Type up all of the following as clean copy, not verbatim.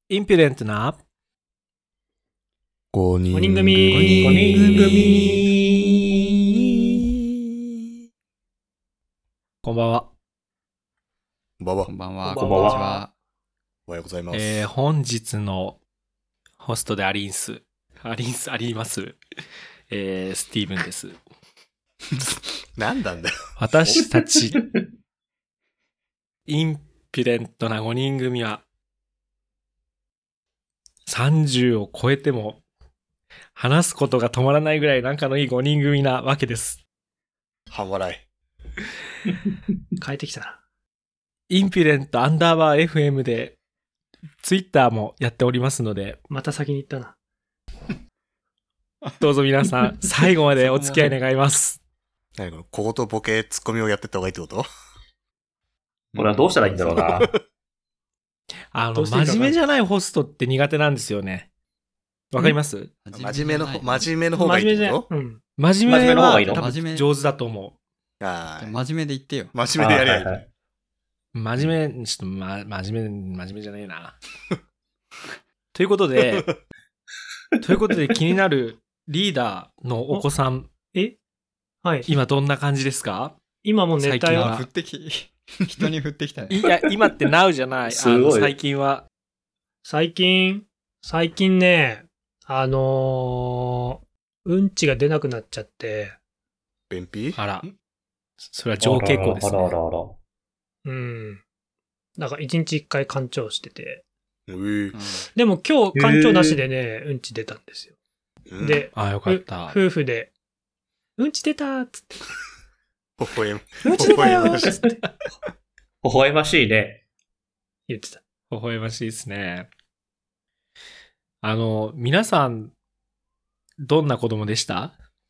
インピュデントな 5人 5人組 5人組。こんばんは。 ばばこんばんは。 こんばんはこんにちは。 おはようございます。 本日のホストでありますスティーブンです。 何なんだよ。 私たちインピュデントな5人組は30を超えても話すことが止まらないぐらい仲のいい5人組なわけです。 半笑変えてきたな。 インピュデントアンダーバー FM でツイッターもやっておりますので、 また先に行ったな。 どうぞ皆さん最後までお付き合い願います。 い。何この小言ボケツッコミをやってった方がいいってこと？ これはどうしたらいいんだろうな。 どうしていいか分かんない真面目じゃないホストって苦手なんですよね。わかります？ 真面目の方がいいってこと？ うん。 真面目真面目の方がいいのは多分上手だと思ああ、 真面目で言ってよ。 真面目でやりゃいい。 はいはいう。真面目、ちょっと、真面目じゃねえな。ということで気になるリーダーのお子さん、 はい。 今どんな感じですか？ 今もう熱帯最近はは降って人に降ってきたね。 いや、今って Now じゃない。 すごい最近は。 最近ね、うんちが出なくなっちゃって、 便秘？ あら。それは上傾向ですね。 あらあらあら。 うん。だから1日1回干潮してて。 うんでも今日干潮なしでね、うんち出たんですよ。 うん、 で、 あ、よかった。 夫婦で、うんち出たーっつって。 微笑む。 うんち出たよーっ微笑ましいつって微笑ましいね。 言ってた。 微笑ましいですね。皆さん、どんな子供でした？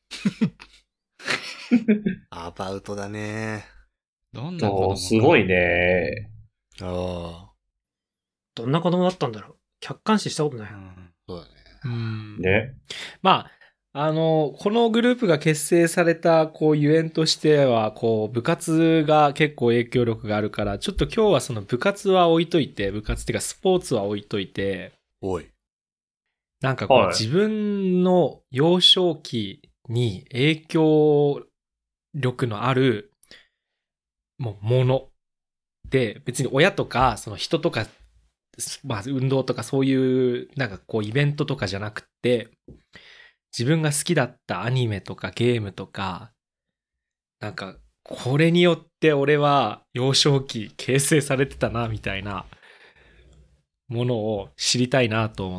アバウトだね。 どんな子供かすごい。ね。 ああ、 どんな子供だったんだろう。客観視したことない。 そうだね。 うん。 ね。 まあ、このグループが結成された、ゆえんとしては、部活が結構影響力があるから、ちょっと今日はその部活は置いといて、部活っていうかスポーツは置いといて、 おい。 なんかはい自分の幼少期に影響力のあるもので、別に親とかその人とか、まあ運動とかそういうなんかイベントとかじゃなくて、自分が好きだったアニメとかゲームとか、なんかこれによって俺は幼少期形成されてたなみたいなものを知りたいなと思って、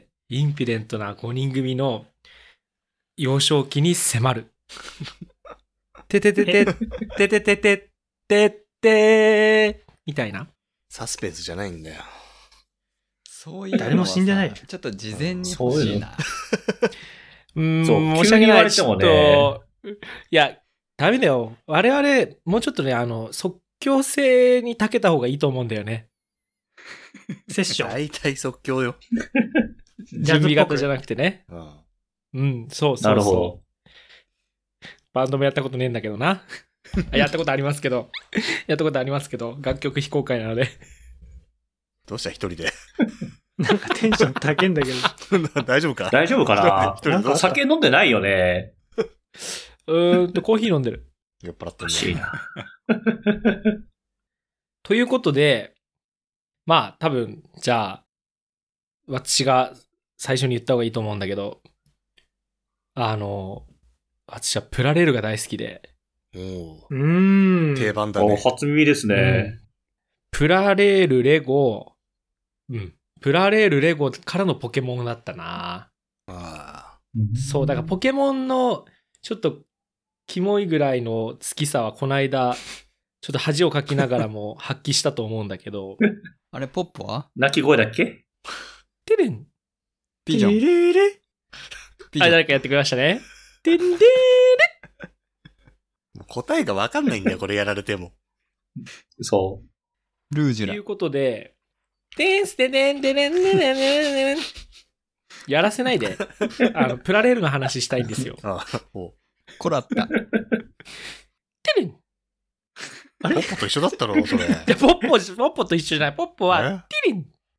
インピュデントな5人組の幼少期に迫る。てててて、てててて、ててみたいな。 サスペンスじゃないんだよ。 そういうのはさ誰も死んでないよちょっと事前に欲しいな。 そう申し訳ない。 急に言われてもねいや、ダメだよ。我々、もうちょっとね、即興性に長けた方がいいと思うんだよね。 セッション。 大体即興よ。 準備型じゃなくてね。 うん。 うん、そうそうそう。 なるほど。 バンドもやったことねえんだけどな。やったことありますけど、楽曲非公開なので。 どうした一人で。 なんかテンション高いんだけど。 大丈夫か？ 大丈夫かな一人でお酒飲んでないよね。 コーヒー飲んでる。 酔っ払っておかんね。 しいな。 ということで、まあ多分、じゃあ、私が最初に言った方がいいと思うんだけど、私はプラレールが大好きで、 お定定番だね。 初耳ですね。 プラレール、レゴ、プラレール、レゴからのポケモンだったな。 あそう、だからポケモンのちょっとキモいぐらいの好きさはこの間、ちょっと恥をかきながらも発揮したと思うんだけど、 あれ、ポップは鳴き声だっけ？ テレン、 ピジョン。 テレレはい、 ピジョン。 誰かやってくれましたね。テンデーあ。答えがわかんないんだよ、これやられても。 そルージュラという。ことで、テンステデンデデンデデンデデンやらせないで。プラレールの話したいんですよ。 ああ、おう。 コラッタ。 テレン。 ポッポと一緒だったろ、それ。 いやポッポと一緒じゃない。ポッポは、ティリン。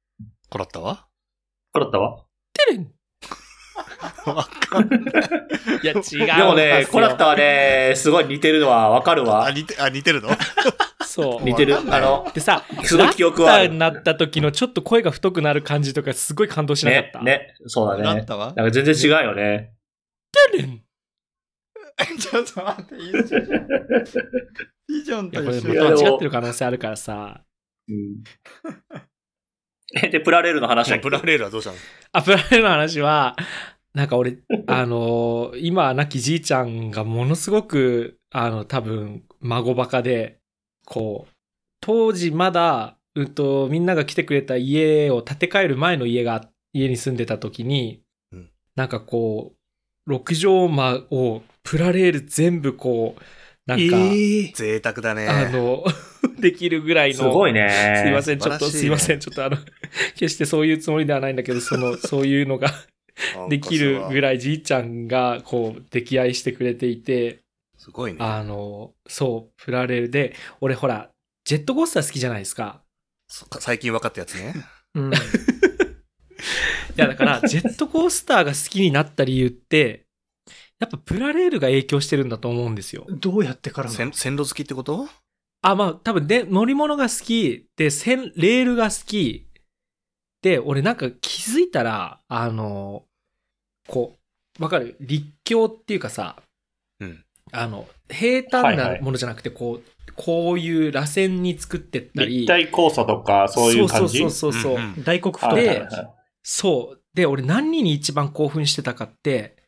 コラッタはこれだったわ。 てれん。 わかんない。 いや、違うんですよ。 でもね、コラッタはね、すごい似てるのはわかるわ。 似てるのそう。 似てる。 わかんないでさ、 すごい記憶はあるラッターになった時のちょっと声が太くなる感じとかすごい感動しなかった。。 そうだね。 ラッタはなんか全然違うよね。 てれん。いちょっと待って、ピジョンとや、これ一緒また間違ってる可能性あるからさ。 うん。で、プラレールの話はプラレールはどうしたの？ プラレールの話は、なんか俺、今亡きじいちゃんがものすごく、多分、孫バカで、こう、当時まだ、みんなが来てくれた家を建て替える前の家に住んでた時に、 うんなんかこう、6畳間をプラレール全部こう、なんか、 贅沢だね。 できるぐらいの。 すごいね。 すいません、 素晴らしいねすいません、ちょっと決してそういうつもりではないんだけど、そういうのができるぐい。 らいじいちゃんが、こう、溺愛してくれていて、 すごいね。 そう、プラレールで、俺ほら、ジェットコースター好きじゃないですか。 最近分かったやつね。 うん。 いや、だから、ジェットコースターが好きになった理由って、やっぱプラレールが影響してるんだと思うんですよ。 どうやってからなの？ 線路好きってこと？ まあ、多分で、乗り物が好きで、レールが好きで、俺なんか気づいたら、こう、わかる？立教っていうかさ、 うん。 平坦なものじゃなくて、こういう螺旋に作ってったり。 立体交差とか、そういう感じ。 そう。 うんうん大黒太はいではいはいそう。で、俺何に一番興奮してたかって、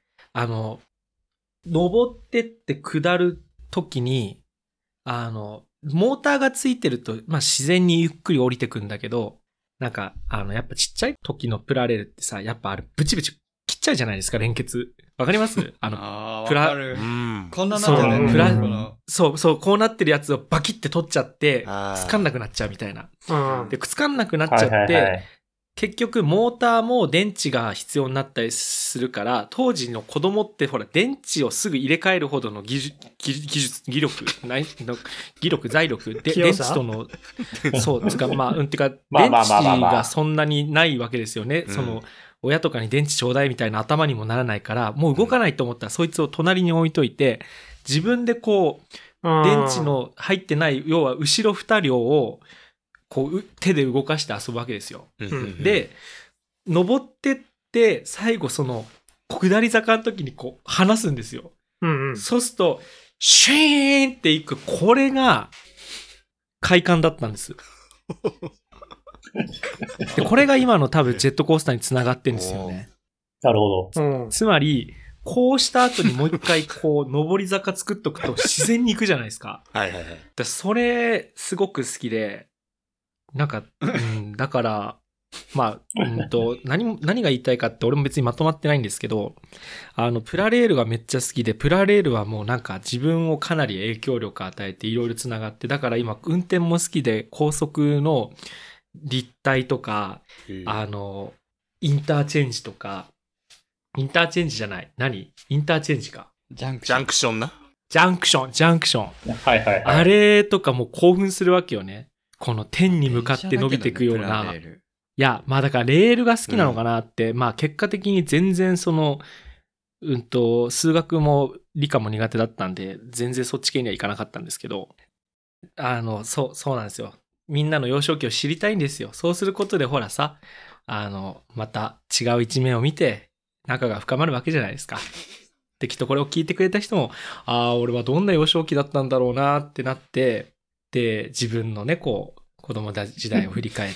登ってって下るときに、モーターがついてると、まあ、自然にゆっくり降りてくんだけど、なんか、やっぱちっちゃい時のプラレールってさ、やっぱブチブチ切っちゃうじゃないですか、連結。わかります？プラわかるう。ん。 こんななってるね。 そうプラこのそう、こうなってるやつをバキって取っちゃって、 あー掴んなくなっちゃうみたいな。 うん。 で、掴んなくなっちゃって、 はいはいはい結局モーターも電池が必要になったりするから、当時の子供ってほら電池をすぐ入れ替えるほどの技力、財力で、電器用さ池との、そう、つか、てか、 まあ電池まあまあまあまあがそんなにないわけですよね。 うん親とかに電池ちょうだいみたいな頭にもならないから、もう動かないと思ったら、そいつを隣に置いといて、自分でこう、電池の入ってない、要は後ろ2両を、こう、手で動かして遊ぶわけですよ。 うんで、登ってって、最後下り坂の時にこう、離すんですよ。 うんうん。 そうすると、シューンっていく、これが、快感だったんです。で、これが今の多分ジェットコースターにつながってんですよね。 なるほど。 うん。 つまり、こうした後にもう一回こう、上り坂作っとくと自然に行くじゃないですか。 はいはいはい。 でそれ、すごく好きで、なんか、だから、何が言いたいかって俺も別にまとまってないんですけど、プラレールがめっちゃ好きで、プラレールはもうなんか自分をかなり影響力与えていろいろつながって、だから今運転も好きで高速の立体とか、インターチェンジとか、インターチェンジじゃない。インターチェンジか。 ジャンクジャンクションな。 ジャンクション。 はいはいはい。 あれとかもう興奮するわけよね。この天に向かって伸びていくような。いや、だからレールが好きなのかなって、結果的に全然数学も理科も苦手だったんで、全然そっち系にはいかなかったんですけど、そうなんですよ。みんなの幼少期を知りたいんですよ。そうすることでほらさ、また違う一面を見て、仲が深まるわけじゃないですか。で、きっとこれを聞いてくれた人も、俺はどんな幼少期だったんだろうなってなって、で、自分のね、こう、子供時代を振り返って、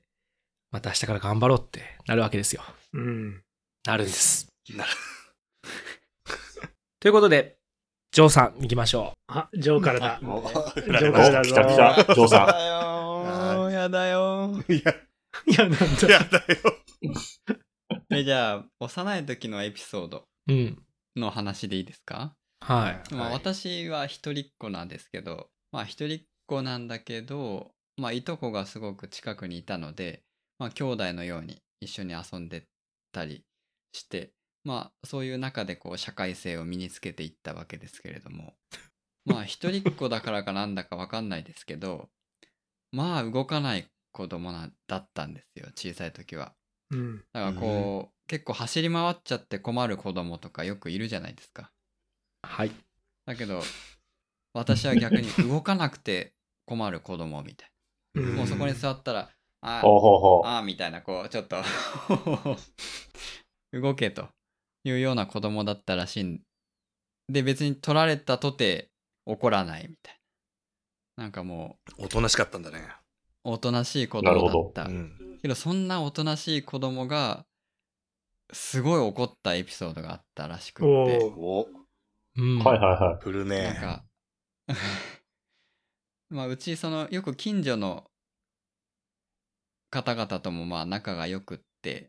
また明日から頑張ろうってなるわけですよ。 うん。 なるんです。 なるということで、ジョーさん行きましょジョーからだ。 もうジ振られョーました。 からだぞ。 来た来た、ジョーさん。 やだよ。 いや、 いや、なんだ。 やだよ。 じゃあ、幼い時のエピソードう。うん。 の話でいいですか？ はい。 私は一人っ子なんですけど、一人っ子なんだけど、いとこがすごく近くにいたので、兄弟のように一緒に遊んでたりして、そういう中でこう社会性を身につけていったわけですけれども、一人っ子だからかなんだかわかんないですけど、動かない子供だったんですよ、小さい時は。 うん。 だからこう、結構走り回っちゃって困る子供とかよくいるじゃないですか。 はい。 だけど、私は逆に動かなくて困る子供みたいな。もうそこに座ったら、あほうほうほう。 あみたいな、こう、ちょっと動けというような子供だったらしいんで、別に取られたとて怒らないみたいな。なんかもおとなしかったんだね。 う、おとなしい子なるほど供だった。 うん。 けど、そんなおとなしい子供が、すごい怒ったエピソードがあったらしくって。 おーお、 うん。 はいはいはい。 振るね。 なんか、まあ、うち、よく近所の方々とも、まあ、仲が良くって、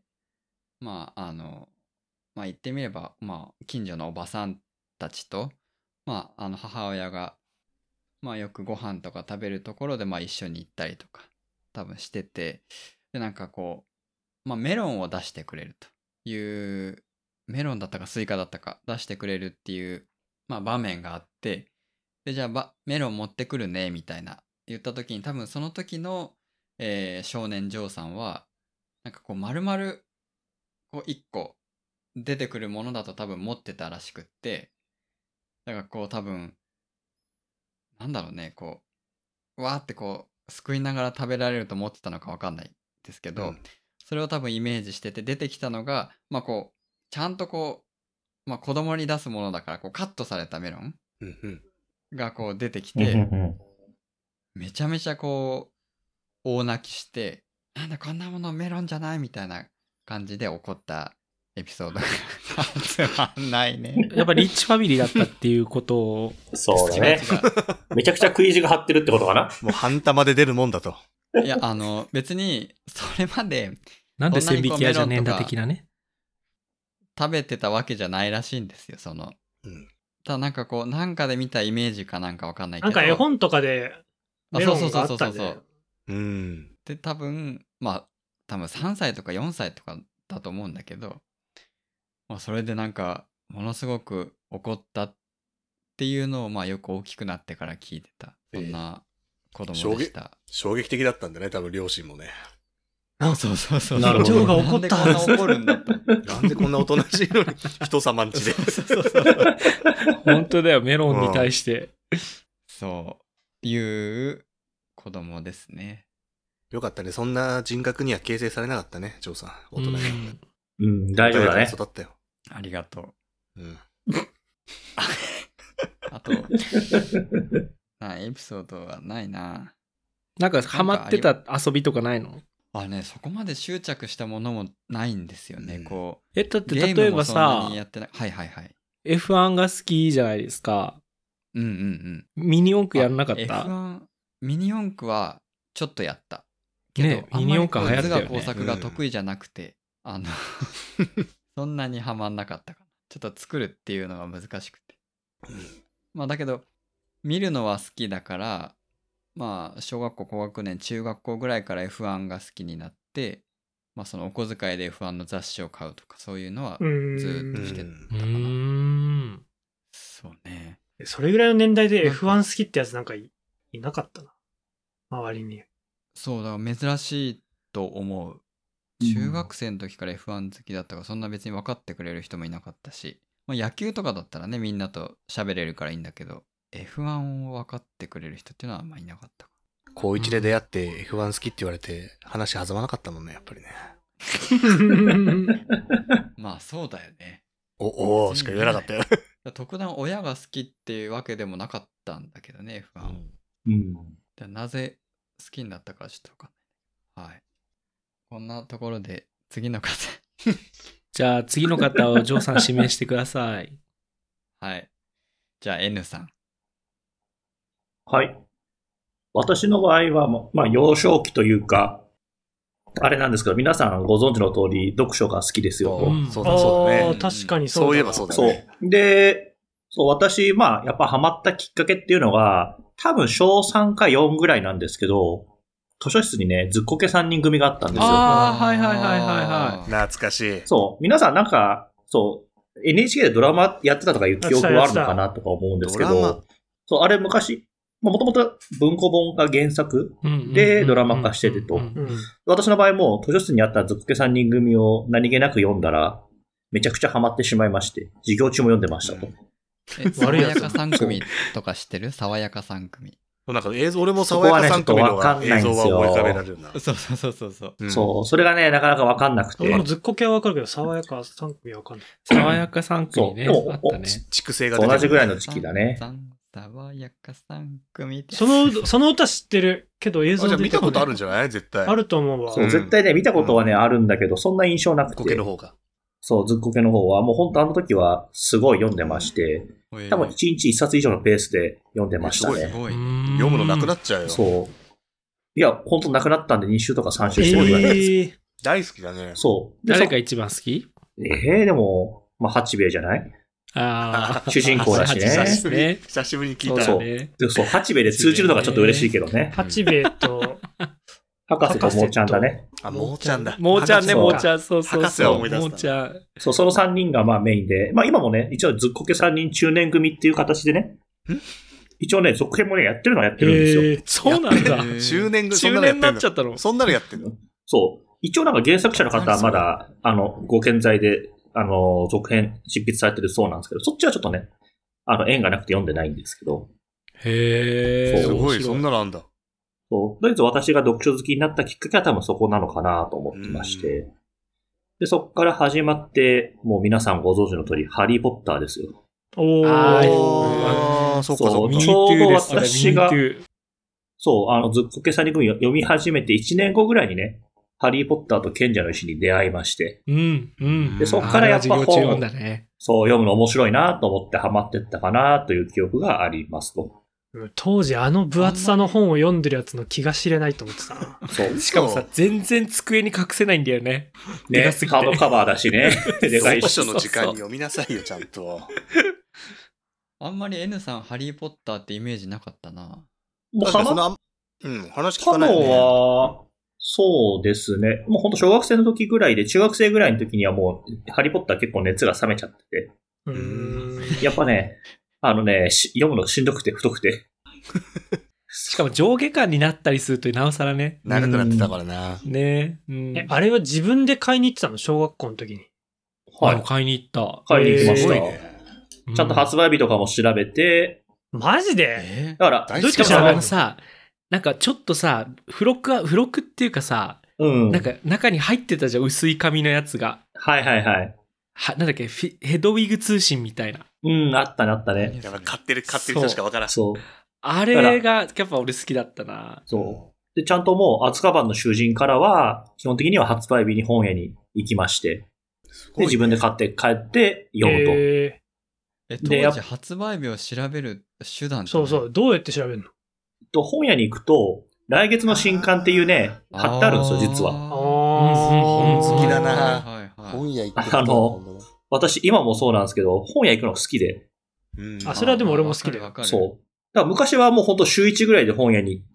まあ、まあ、言ってみれば、まあ、近所のおばさんたちと、まあ、母親が、まあ、よくご飯とか食べるところで、まあ、一緒に行ったりとか、多分してて、で、なんかこう、まあ、メロンを出してくれるという、メロンだったかスイカだったか出してくれるっていう、まあ、場面があって、で、じゃあメロン持ってくるね、みたいな言った時に、多分その時の、少年ジョーさんは、なんかこう、丸々、こう、一個出てくるものだと多分持ってたらしくって、だからこう、多分、なんだろうね、こう、わーってこう、すくいながら食べられると思ってたのかわかんないですけど、 うんそれを多分イメージしてて出てきたのが、まあこう、ちゃんとこう、まあ子供に出すものだから、こうカットされたメロンうんうん。 がこう出てきうんうんて、 うんめちゃめちゃこう、大泣きして、なんだこんなものメロンじゃないみたいな感じで怒ったエピソードがつまんないね。 やっぱリッチファミリーだったっていうことを、 そうだね。めちゃくちゃ食い地が張ってるってことかな。 もう半玉で出るもんだと。 いや、別に、それまでなんで千匹屋じゃねえんだそんなにこう的なね。 食べてたわけじゃないらしいんですよ、 うん。 ただなんかこう、なんかで見たイメージかなんかわかんないけど。 なんか絵本とかでメロンがあったんそうじゃないの？ うん。 で、多分3歳とか4歳とかだと思うんだけど、まあ、それでなんか、ものすごく怒ったっていうのを、まあ、よく大きくなってから聞いてた。そんな子供でした。 衝撃的だったんだね、多分両親もね。 そうそうそう。 なるほどジョーが怒ったなんでこんな怒るんだと。 なんでこんなおとなしいのに、人様んちで。 そうそう。 本当だよ、メロンに対して。 そういう子供ですね。 よかったね、そんな人格には形成されなかったね、ジョーさん。大人に。 うん、大丈夫だね。 育ったよ。 ありがとう。 うん。 あと、エピソードはないな。 なんかハマってた遊びとかないの？ そこまで執着したものもないんですよね。 うんこだってう、ゲー例えばムもそんなさにやってない。はいはいはい。 F1 が好きじゃないですか。 うんうんうん。 ミニ四駆やらなかった？ F1、ミニ四駆はちょっとやった。けど、 ねミニ四駆流行ったよね図画工作が得意じゃなくて、そんなにはまんなかったかな。ちょっと作るっていうのが難しくて。まあだけど、見るのは好きだから、まあ小学校高学年、中学校ぐらいから F1 が好きになって、まあそのお小遣いで F1 の雑誌を買うとか、そういうのはずーっとしてたうかな。 ーん。 そうね。 それぐらいの年代で F1 好きってやつなんかいなかったな。周りに。 そうだから珍しいと思う。中学生の時から F1 好きだったからそんな別に分かってくれる人もいなかったし、まあ、野球とかだったらねみんなと喋れるからいいんだけど F1 を分かってくれる人っていうのはあんまいなかったか。 高1で出会って F1 好きって言われて話弾まなかったもんね、やっぱりね。 まあそうだよね。 おーしか言えなかったよ。 特段親が好きっていうわけでもなかったんだけどね F1 を。 うん。 でなぜ好きになったかちょっと分かんない。はい。こんなところで次の方。 じゃあ次の方をジョーさん指名してください。 はい。じゃあ N さん。 はい。私の場合は、まあ、幼少期というか、あれなんですけど、皆さんご存知の通り、読書が好きですよ。 そうだそうだね。 あー確かにそうだな。 そういえばそうだそね。 う。で、そう、私、まあ、やっぱハマったきっかけっていうのが、多分小3か4ぐらいなんですけど、図書室にね、ずっこけ3人組があったんですよ。 あーはいはいはいはいは懐かしい。 そう、皆さんなんか、そう、NHK でドラマやってたとかいう記憶はあるのかなとか思うんですけドラマど、そう、あれ昔、 もともと文庫本が原作でドラマ化しててと。 うん。 私の場合も図書室にあったずっこけ3人組を何気なく読んだら、めちゃくちゃハマってしまいまして、授業中も読んでましたと。 爽やか3組とか知ってる？爽やか3組。 なんか俺も爽やか3組の映像は思い浮かべられるな。 そうそうそうそう。 そう、それがね、なかなかわかんなくて。 俺もずっこけはわかるけど、爽やか3組はわかんない。 爽やか3組ね。 そうあったね。 畜生が出てる同じぐらいの時期だね。 爽やか3組って。 その歌知ってるけど映像でじゃあ見たことあるんじゃない？絶対。 あると思うわ。 そう、絶対ね、見たことはね、あるんだけど、そんな印象なくて。 コケの方が。 そう、ずっこけの方は、もう本当あの時はすごい読んでまして、多分1日1冊以上のペースで読んでましたね。 すごい。 読むのなくなっちゃうよ。 そう。いや、本当なくなったんで2週とか3週してるぐらいです。 大好きだね。 そう。 誰が一番好き？ でも、まあ、八兵衛じゃないああ。 主人公だしね。 久しぶりに聞いた。 そう。そう、八兵衛で通じるのがちょっと嬉しいけどね。 八兵衛と、 博士ともーちゃんだね。 もーちゃんだ。 もーちゃんね、もーちゃん。そうそうそう。 博士は思い出した。 もーちゃん。 そう、その3人がまあメインで、まあ今もね、一応ずっこけ3人中年組っていう形でね、一応ね、続編もね、やってるのはやってるんですよ。 そうなんだ。 中年組、 中年になっちゃったの。 そんなのやってんの？ そう。一応なんか原作者の方はまだ、ご健在で、続編執筆されてるそうなんですけど、そっちはちょっとね、縁がなくて読んでないんですけど。 へー。 すごい、そんなのあんだ。 そう。とりあえず私が読書好きになったきっかけは多分そこなのかなと思ってまして。で、そっから始まって、もう皆さんご存知の通り、ハリーポッターですよ。 そうかそうか。 ちょうど私が、そう、ずっこけさんに読み始めて1年後ぐらいにね、ハリーポッターと賢者の石に出会いまして。で、そっからやっぱ本を、そう、読むの面白いなと思ってハマってったかなという記憶がありますと。 当時分厚さの本を読んでるやつの気が知れないと思ってたな。 そう。 しかもさ、全然机に隠せないんだよね。 ね、カードカバーだしね。 でかいし。読書の時間に読みなさいよ、ちゃんと。 あんまり N さん、ハリーポッターってイメージなかったな。 もう話聞かないよね。 は、そうですね。もうほんと小学生の時ぐらいで、中学生ぐらいの時にはもう、ハリーポッター結構熱が冷めちゃってて。やっぱね、読むのしんどくて太くて。 しかも上下巻になったりするとなおさらね。 長くなってたからな。 ね。 あれは自分で買いに行ってたの？小学校の時に。 はい。買いに行った。 買いに行きました。ちゃんと発売日とかも調べて。 マジで？ だから、 どうして調べるの？ さ、なんかちょっとさ、付録っていうかさ、なんか中に入ってたじゃん、薄い紙のやつが。 はいはいはい。 なんだっけ、ヘドウィグ通信みたいな。 あったねあったね。 やっぱ買ってる人しかわからん。 そう。 あれがやっぱ俺好きだったな。 そう。で、ちゃんともう、アツカバンの囚人からは、基本的には発売日に本屋に行きまして、で、自分で買って帰って読むと。 当時発売日を調べる手段って、 そうそう、どうやって調べるの？ 本屋に行くと、来月の新刊っていうね、貼ってあるんですよ、実は。 本好きだな。本屋行って私、今もそうなんですけど、本屋行くの好きで。 それはでも俺も好きで。 そう。だから昔はもうほんと週1ぐらいで本屋に行って、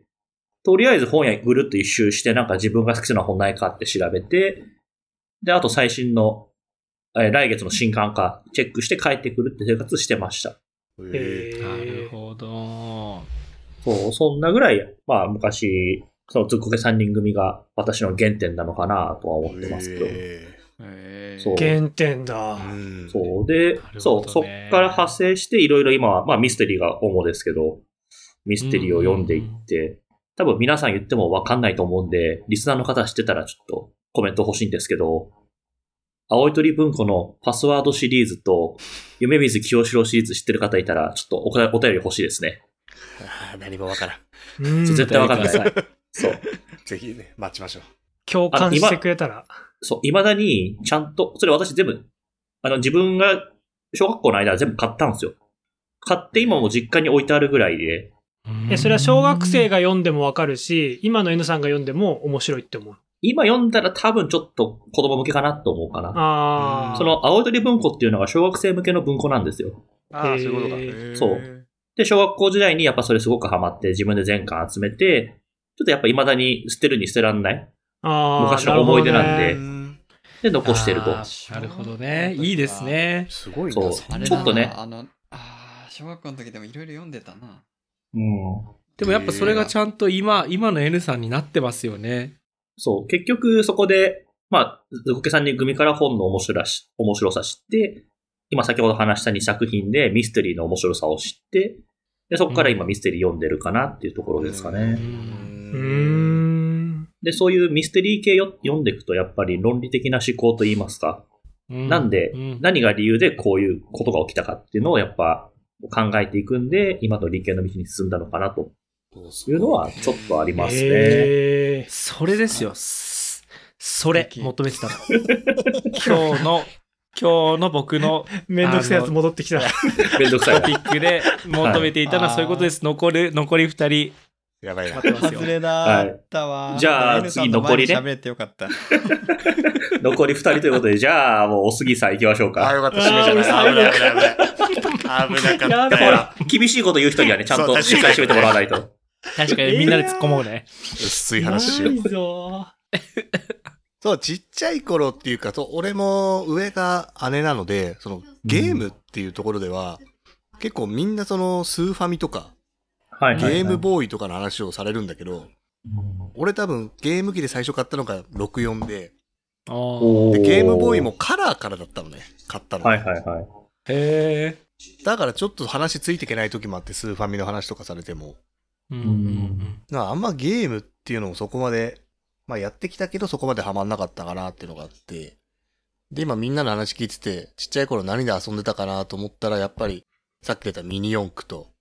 とりあえず本屋ぐるっと一周して、なんか自分が好きそうな本ないかって調べて、で、あと最新の、来月の新刊かチェックして帰ってくるって生活してました。 なるほど。 そう、そんなぐらい、まあ昔、そのずっこけ3人組が私の原点なのかなとは思ってますけど。 そう原点だ。 そうで、そっから派生していろいろ今は、まあミステリーが主ですけど、ミステリーを読んでいって、多分皆さん言ってもわかんないと思うんで、リスナーの方知ってたらちょっとコメント欲しいんですけど、青い鳥文庫のパスワードシリーズと、夢水清志郎シリーズ知ってる方いたら、ちょっとお便り欲しいですね。 何もわからん。絶対わかんない。そう。 ぜひね、待ちましょう。 共感してくれたら。 そう、未だに、ちゃんと、それ私全部、自分が小学校の間は全部買ったんですよ。買って今も実家に置いてあるぐらいで。 それは小学生が読んでもわかるし、今の N さんが読んでも面白いって思う。 今読んだら多分ちょっと子供向けかなと思うかな。その青鳥文庫っていうのが小学生向けの文庫なんですよ。 そういうことか。 そう。で、小学校時代にやっぱそれすごくハマって自分で全巻集めて、ちょっとやっぱ未だに捨てるに捨てらんない昔の思い出なんで、で、残してると。 なるほどね。いいですね。 すごいそう。ちょっとね。 小学校の時でもいろいろ読んでたな。 うん。 でもやっぱそれがちゃんと今の N さんになってますよね。 そう、結局そこで、まあ、ズコケさんにグミから本の面白さ知って、今先ほど話した2作品でミステリーの面白さを知って、でそこから今ミステリー読んでるかなっていうところですかね。で、そういうミステリー系読んでいくと、やっぱり論理的な思考といいますか、なんで、何が理由でこういうことが起きたかっていうのをやっぱ考えていくんで、今の理系の道に進んだのかなというのはちょっとありますね。 それですよ。それ、求めてたの。今日の僕のめんどくさいやつ戻ってきた。 めんどくさいトピックで求めていたのはそういうことです。残り2人。 やばいな。 待ってますよ。 外れだったわ。 じゃあ N さんの前に喋ってよかった。 残り2人ということで、じゃあもうお杉さん行きましょうか。 あ、よかった。締めじゃない。危ない。危なかったよ。 厳しいこと言う人にはね、ちゃんとしっかり締めてもらわないと。 確かにみんなで突っ込もうね。 薄い話しよう。 ないぞそう、ちっちゃい頃っていうか、俺も上が姉なので、そのゲームっていうところでは、結構みんなそのスーファミとか、ゲームボーイとかの話をされるんだけど、俺多分ゲーム機で最初買ったのが64で、でゲームボーイもカラーからだったのね、買ったの。 はいはいはい。 へー。だからちょっと話ついていけない時もあって、スーファミの話とかされても。あんまゲームっていうのもそこまで、まあやってきたけどそこまでハマんなかったかなっていうのがあって、で今みんなの話聞いてて、ちっちゃい頃何で遊んでたかなと思ったらやっぱりさっき出たミニ四駆と、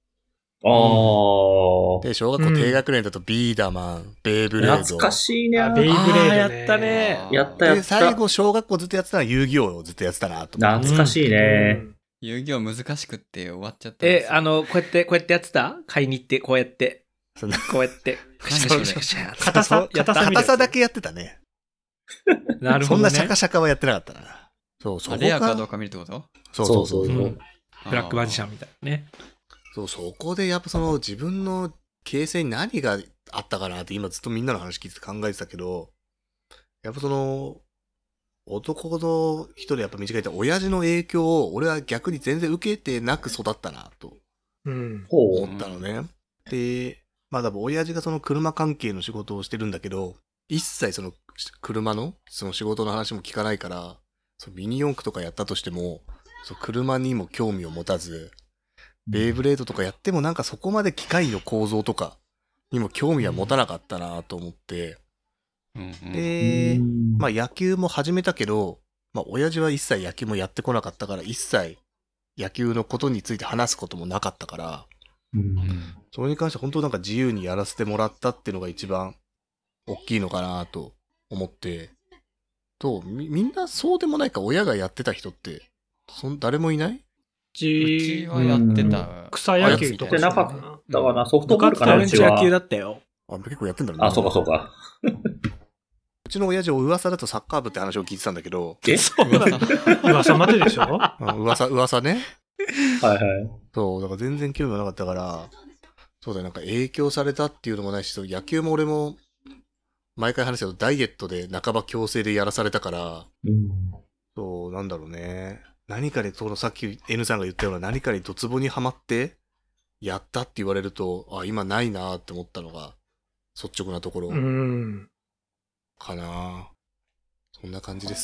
で小学校低学年だとビーダマン、ベイブレード。 懐かしいね。 ベイブレードね。 やったね。 やったで最後小学校ずっとやってたのは遊戯王をずっとやってたなと思って。 懐かしいね。 遊戯王難しくって終わっちゃったんですよ。 こうやってやってた？買いに行って、こうやって。こうやって。 硬さだけやってたね。 なるほどね。 そんなシャカシャカはやってなかったな。そうそう。 レアかどうか見るってこと？ そう。 ブラックマジシャンみたいなね。 そう、そこでやっぱその自分の形成に何があったかなって今ずっとみんなの話聞いて考えてたけど、やっぱその、男の人でやっぱ短いって親父の影響を俺は逆に全然受けてなく育ったなと思ったのね。で、まあ多分親父がその車関係の仕事をしてるんだけど、一切その車のその仕事の話も聞かないから、そのミニ四駆とかやったとしても、その車にも興味を持たず、ベイブレードとかやってもなんかそこまで機械の構造とかにも興味は持たなかったなと思って、で、まあ野球も始めたけど、まあ親父は一切野球もやってこなかったから、一切野球のことについて話すこともなかったから、それに関して本当なんか自由にやらせてもらったっていうのが一番大きいのかなと思って、みんなそうでもないか、親がやってた人って誰もいない？ うちはやってた。 草野球とかなかったかな。ソフトボールかな。 うち野球だったよ。 結構やってんだろうね。 あ、そうかそうか。 うちの親父噂だとサッカー部って話を聞いてたんだけど。 そうなの？噂待てでしょ？ 噂ね。 はいはい。 そう、だから全然興味がなかったから、そうだよ、なんか影響されたっていうのもないし、野球も俺も、毎回話したけど、ダイエットで半ば強制でやらされたから、そう、なんだろうね。何かに、さっき N さんが言ったような何かにドツボにはまって、やったって言われると、今ないなって思ったのが、率直なところ、かな。そんな感じです。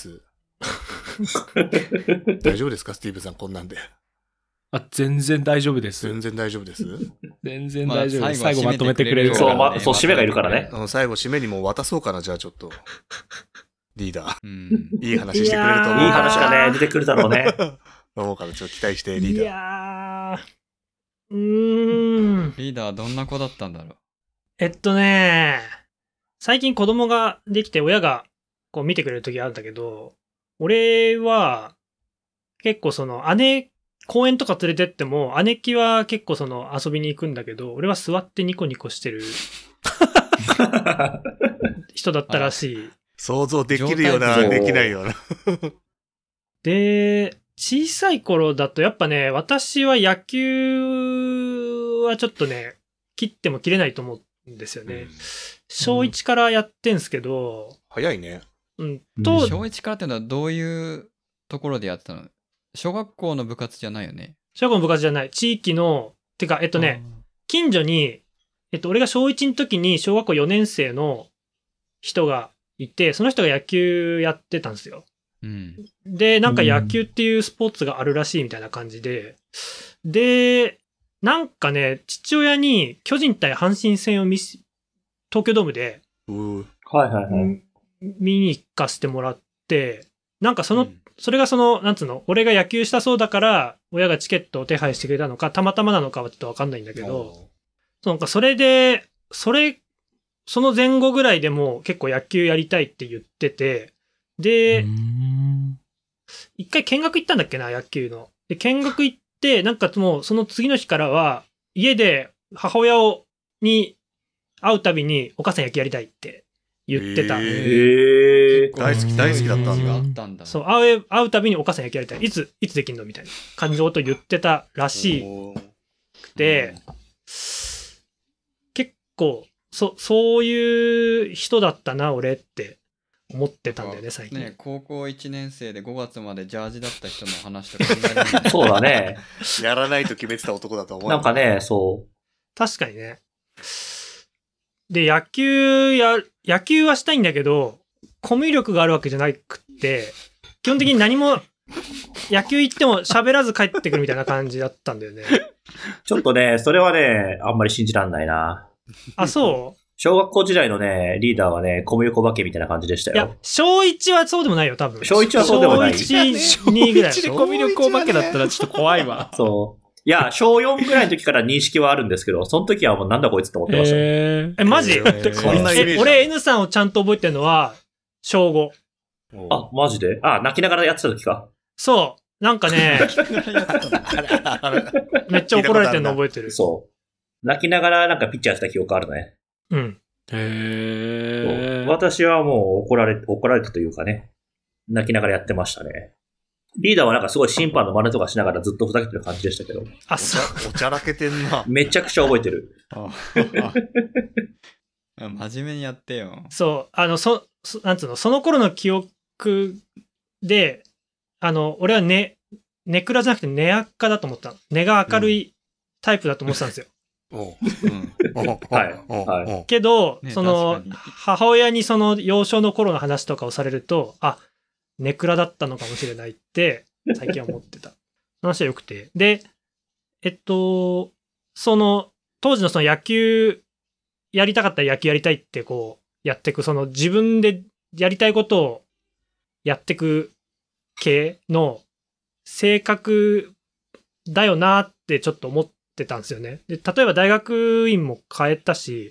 大丈夫ですかスティーブンさん、こんなんで。 全然大丈夫です。 全然大丈夫です。 全然大丈夫です。最後まとめてくれる。 そう、締めがいるからね。 最後締めにもう渡そうかな、じゃあちょっと。リーダー。いい話してくれると思う。 いい話がね、出てくるだろうね。 思うからちょっと期待してリーダー。 いやリーダーどんな子だったんだろう。 最近子供ができて親がこう見てくれる時あるんだけど、俺は結構公園とか連れてっても、姉貴は結構遊びに行くんだけど、俺は座ってニコニコしてる人だったらしい。 想像できるような、できないような。 で、小さい頃だとやっぱね、私は野球はちょっとね、切っても切れないと思うんですよね。小1からやってんすけど。 早いね。 小1からってのはどういうところでやってたの？小学校の部活じゃないよね。 小学校の部活じゃない。地域の、 近所に、俺が小1の時に小学校4年生の人がいて、その人が野球やってたんですよ。 うん。 で、なんか野球っていうスポーツがあるらしいみたいな感じで、で、なんかね、父親に巨人対阪神戦を東京ドームではいはいはい。 見に行かせてもらって、なんかそれがなんつうの、俺が野球したそうだから、親がチケットを手配してくれたのか、たまたまなのかはちょっとわかんないんだけど、なんかそれで、その前後ぐらいでも結構野球やりたいって言ってて、で、一回見学行ったんだっけな、野球の。で、見学行って、なんかもうその次の日からは、家で母親に会うたびにお母さん野球やりたいって言ってた。 大好きだったんだ。 あったんだ。 そう、会うたびにお母さん野球やりたい。いつできんのみたいな感じのこと言ってたらしくて、結構、そういう人だったな、俺って思ってたんだよね、最近。 ね、高校1年生で5月までジャージだった人の話とか考えられない。 そうだね。 やらないと決めてた男だと思う。 なんかね、そう。 確かにね。で、野球はしたいんだけど、コミュ力があるわけじゃなくって、基本的に何も、野球行っても喋らず帰ってくるみたいな感じだったんだよね。 ちょっとね、それはね、あんまり信じらんないな。 あ、そう小学校時代のね、リーダーはね、小麦粉化けみたいな感じでしたいやよ。、 小1はそうでもないよ、多分。 小1はそうでもない。 小1、2ぐらい。 小一でコミュ力お化けだったらちょっと怖いわ。 そう。いや、小4ぐらいの時から認識はあるんですけど、その時はもうなんだこいつって思ってましたね。 マジそんなイメージ俺 N さんをちゃんと覚えてるのは、小5。 あ、マジで？あ、泣きながらやってた時か。 そう。なんかね、めっちゃ怒られてるの覚えてる。 そう。泣きながらなんかピッチャーした記憶あるね。 うん。 そう私はもう怒られてというかね、泣きながらやってましたね。リーダーはなんかすごい審判の真似とかしながらずっとふざけてる感じでしたけど、 あ、そう。 おちゃらけてんな。 めちゃくちゃ覚えてる。 真面目にやってよ。 そう、なんつうの、その頃の記憶で、俺はネクラじゃなくてネアカだと思ったの。根が明るいタイプだと思ってたんですよ。 はいけど、 ね母親にその幼少の頃の話とかをされると、あ、ネクラだったのかもしれないって、最近は思ってた。話は良くて。で、当時のその野球、やりたかったら野球やりたいってこう、やってく、自分でやりたいことをやってく系の性格だよなってちょっと思ってたんですよね。で、例えば大学院も変えたし、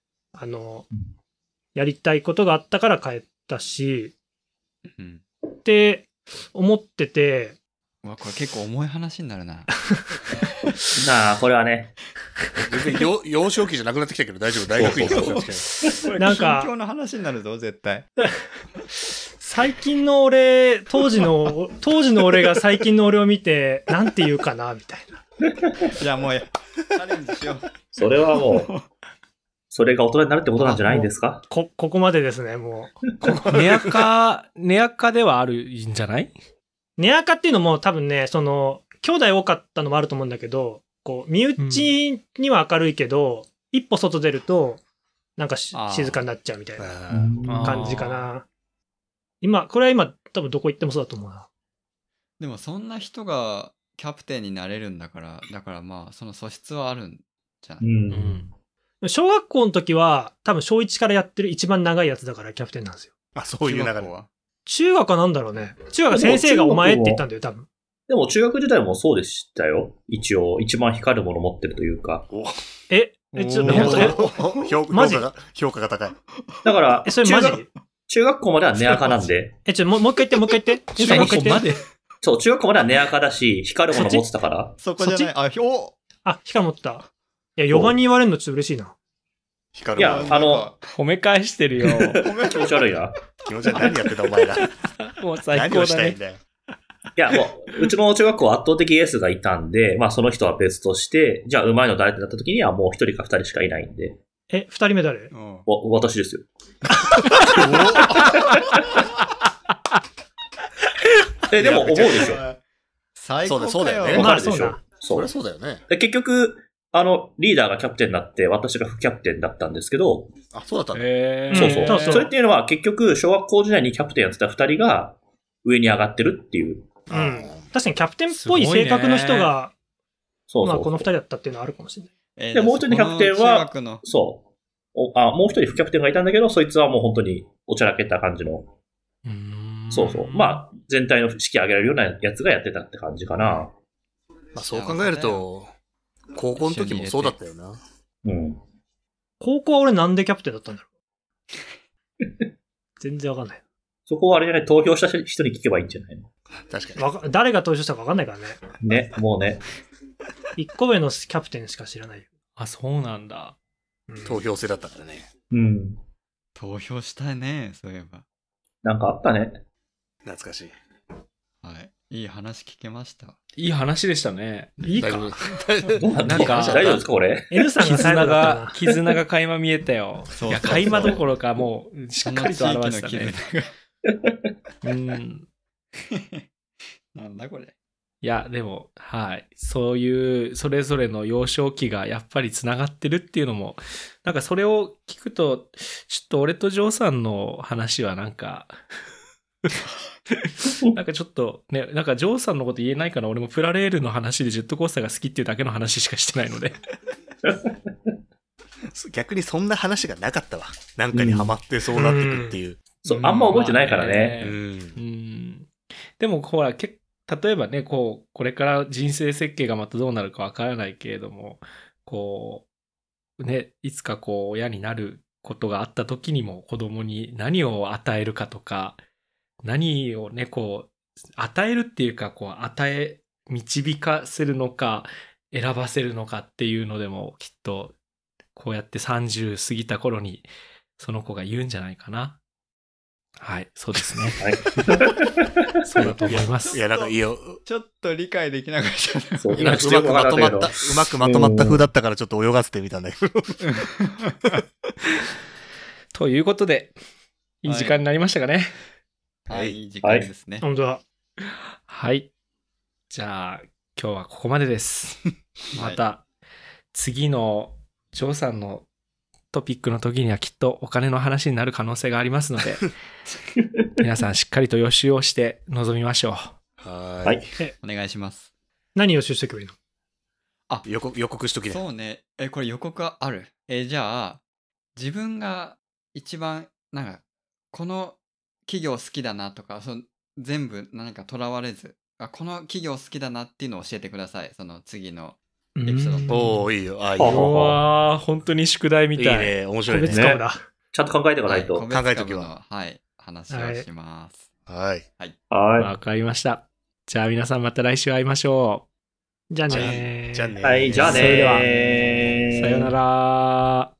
やりたいことがあったから変えたし、 うん。 って思ってて、 うわ、これ結構重い話になるな。 なあ、これはね。 全然幼少期じゃなくなってきたけど大丈夫。大学院の話なんですけど。 なんか近況の話になるぞ、絶対。 最近の俺、当時の俺が最近の俺を見て、なんて言うかな、みたいな。 じゃあもう、チャレンジしよう。 それはもう、それが大人になるってことなんじゃないんですか？ ここまでですね、もう。 ネアカではあるんじゃない？ ネアカっていうのも多分ね、兄弟多かったのもあると思うんだけど、こう、身内には明るいけど、一歩外出ると、なんか静かになっちゃうみたいな感じかな。これは今、多分どこ行ってもそうだと思うな。 でもそんな人がキャプテンになれるんだから、まあ、その素質はあるんじゃない？ 小学校の時は、多分小1からやってる一番長いやつだからキャプテンなんですよ。 あ、そういう流れ。 中学はなんだろうね。中学は先生がお前って言ったんだよ、多分。 でも中学時代もそうでしたよ。一応、一番光るもの持ってるというか。 ちょっと、マジ評価が高い。 だから、 それマジ中学校まではネアカなんで。 もう一回言って、もう一回言って。 中学校まで。 そう、中学校まではネアカだし、光るもの持ってたから。 そこじゃない。あ、 光持ってた。いや、4番に言われるのちょっと嬉しいな。 光いや、 褒め返してるよ。 気持ち悪いな。 気持ち悪い。何やってたお前ら。 もう最何高だねをしたいん。だよ。 いや、もう、うちの中学校は圧倒的エースがいたんで、まあその人は別として、じゃあ上手いの誰ってなった時にはもう一人か二人しかいないんで。 2人目誰？ 私ですよ。でも思うでしょ。 最高かよ。 そうだよね。 わかるでしょ。 まあそりゃそうだよね。 で結局、 リーダーがキャプテンになって、私が副キャプテンだったんですけど、 あ、そうだったんだ。 そうそう。 そうそうそれっていうのは結局、小学校時代にキャプテンやってた二人が上に上がってるっていう。 うん。確かにキャプテンっぽい性格の人が、 そうそう。 まあこの二人だったっていうのはあるかもしれない。 で、もう一人のキャプテンはこの中学の、 そうもう一人副キャプテンがいたんだけど、そいつはもう本当におちゃらけた感じの。そうそう。まあ、全体の指揮上げられるようなやつがやってたって感じかな。 まあそう考えると、高校の時もそうだったよな。 うん。 高校は俺なんでキャプテンだったんだろう。全然わかんない。 そこはあれじゃない、投票した人に聞けばいいんじゃないの？ 確かに。 誰が投票したかわかんないからね。 ね、もうね。 一個上のキャプテンしか知らないよ。 あ、そうなんだ。 投票制だったからね。 うん。 投票したいね、そういえば。 なんかあったね。 懐かしい。 はい。いい話聞けました。 いい話でしたね。 いいか。 どうななんか大丈夫ですかこれ。 N さんが最後だったな。 絆が垣間見えたよ。 そうそうそういや、垣間どころかもう、しっかりと表したそのね地。 うん。 なんだこれ。 いや、でも、はい。そういう、それぞれの幼少期がやっぱりつながってるっていうのも、なんかそれを聞くと、ちょっと俺とジョーさんの話はなんか、なんかちょっとね、なんかジョーさんのこと言えないから俺もプラレールの話でジェットコースターが好きっていうだけの話しかしてないので。 逆にそんな話がなかったわ。なんかにハマってそうなってくっていう。 そう、あんま覚えてないからね。 でもほら、例えばね、これから人生設計がまたどうなるかわからないけれども、ね、いつか親になることがあった時にも子供に何を与えるかとか、何をね、与えるっていうか、導かせるのか、選ばせるのかっていうのでも、きっと、こうやって30過ぎた頃に、その子が言うんじゃないかな。はい、そうですね。 はい。 そうだと思います。 いや、なんかいいよ。 ちょっと理解できなかったな。 そう今うまくまとまった風だったからちょっと泳がせてみたんだけど。 ということで、いい時間になりましたかね。 はい、いい時間ですね。 本当だ。 はい。じゃあ、今日はここまでです。また、次のジョーさんのトピックの時にはきっとお金の話になる可能性がありますので、皆さんしっかりと予習をして臨みましょう。 はい。 お願いします。 何予習してくれるの？ 予告しときね。 そうね。これ予告ある？じゃあ、自分が一番、なんか、この企業好きだなとか、全部何かとらわれず、この企業好きだなっていうのを教えてください。その次のエピソード。 おー、いいよ。あ、いいほうよ。 うわー、本当に宿題みいいたい。 ね。面白いね。 個別株だ。 ちゃんと考えていかないと。 個別考えとき株のははい、話をします。 はい。 はわかりました。じゃあ皆さんまた来週会いましょじゃあねー。 じゃあね。 はい、じゃあねー。 それではさようなら。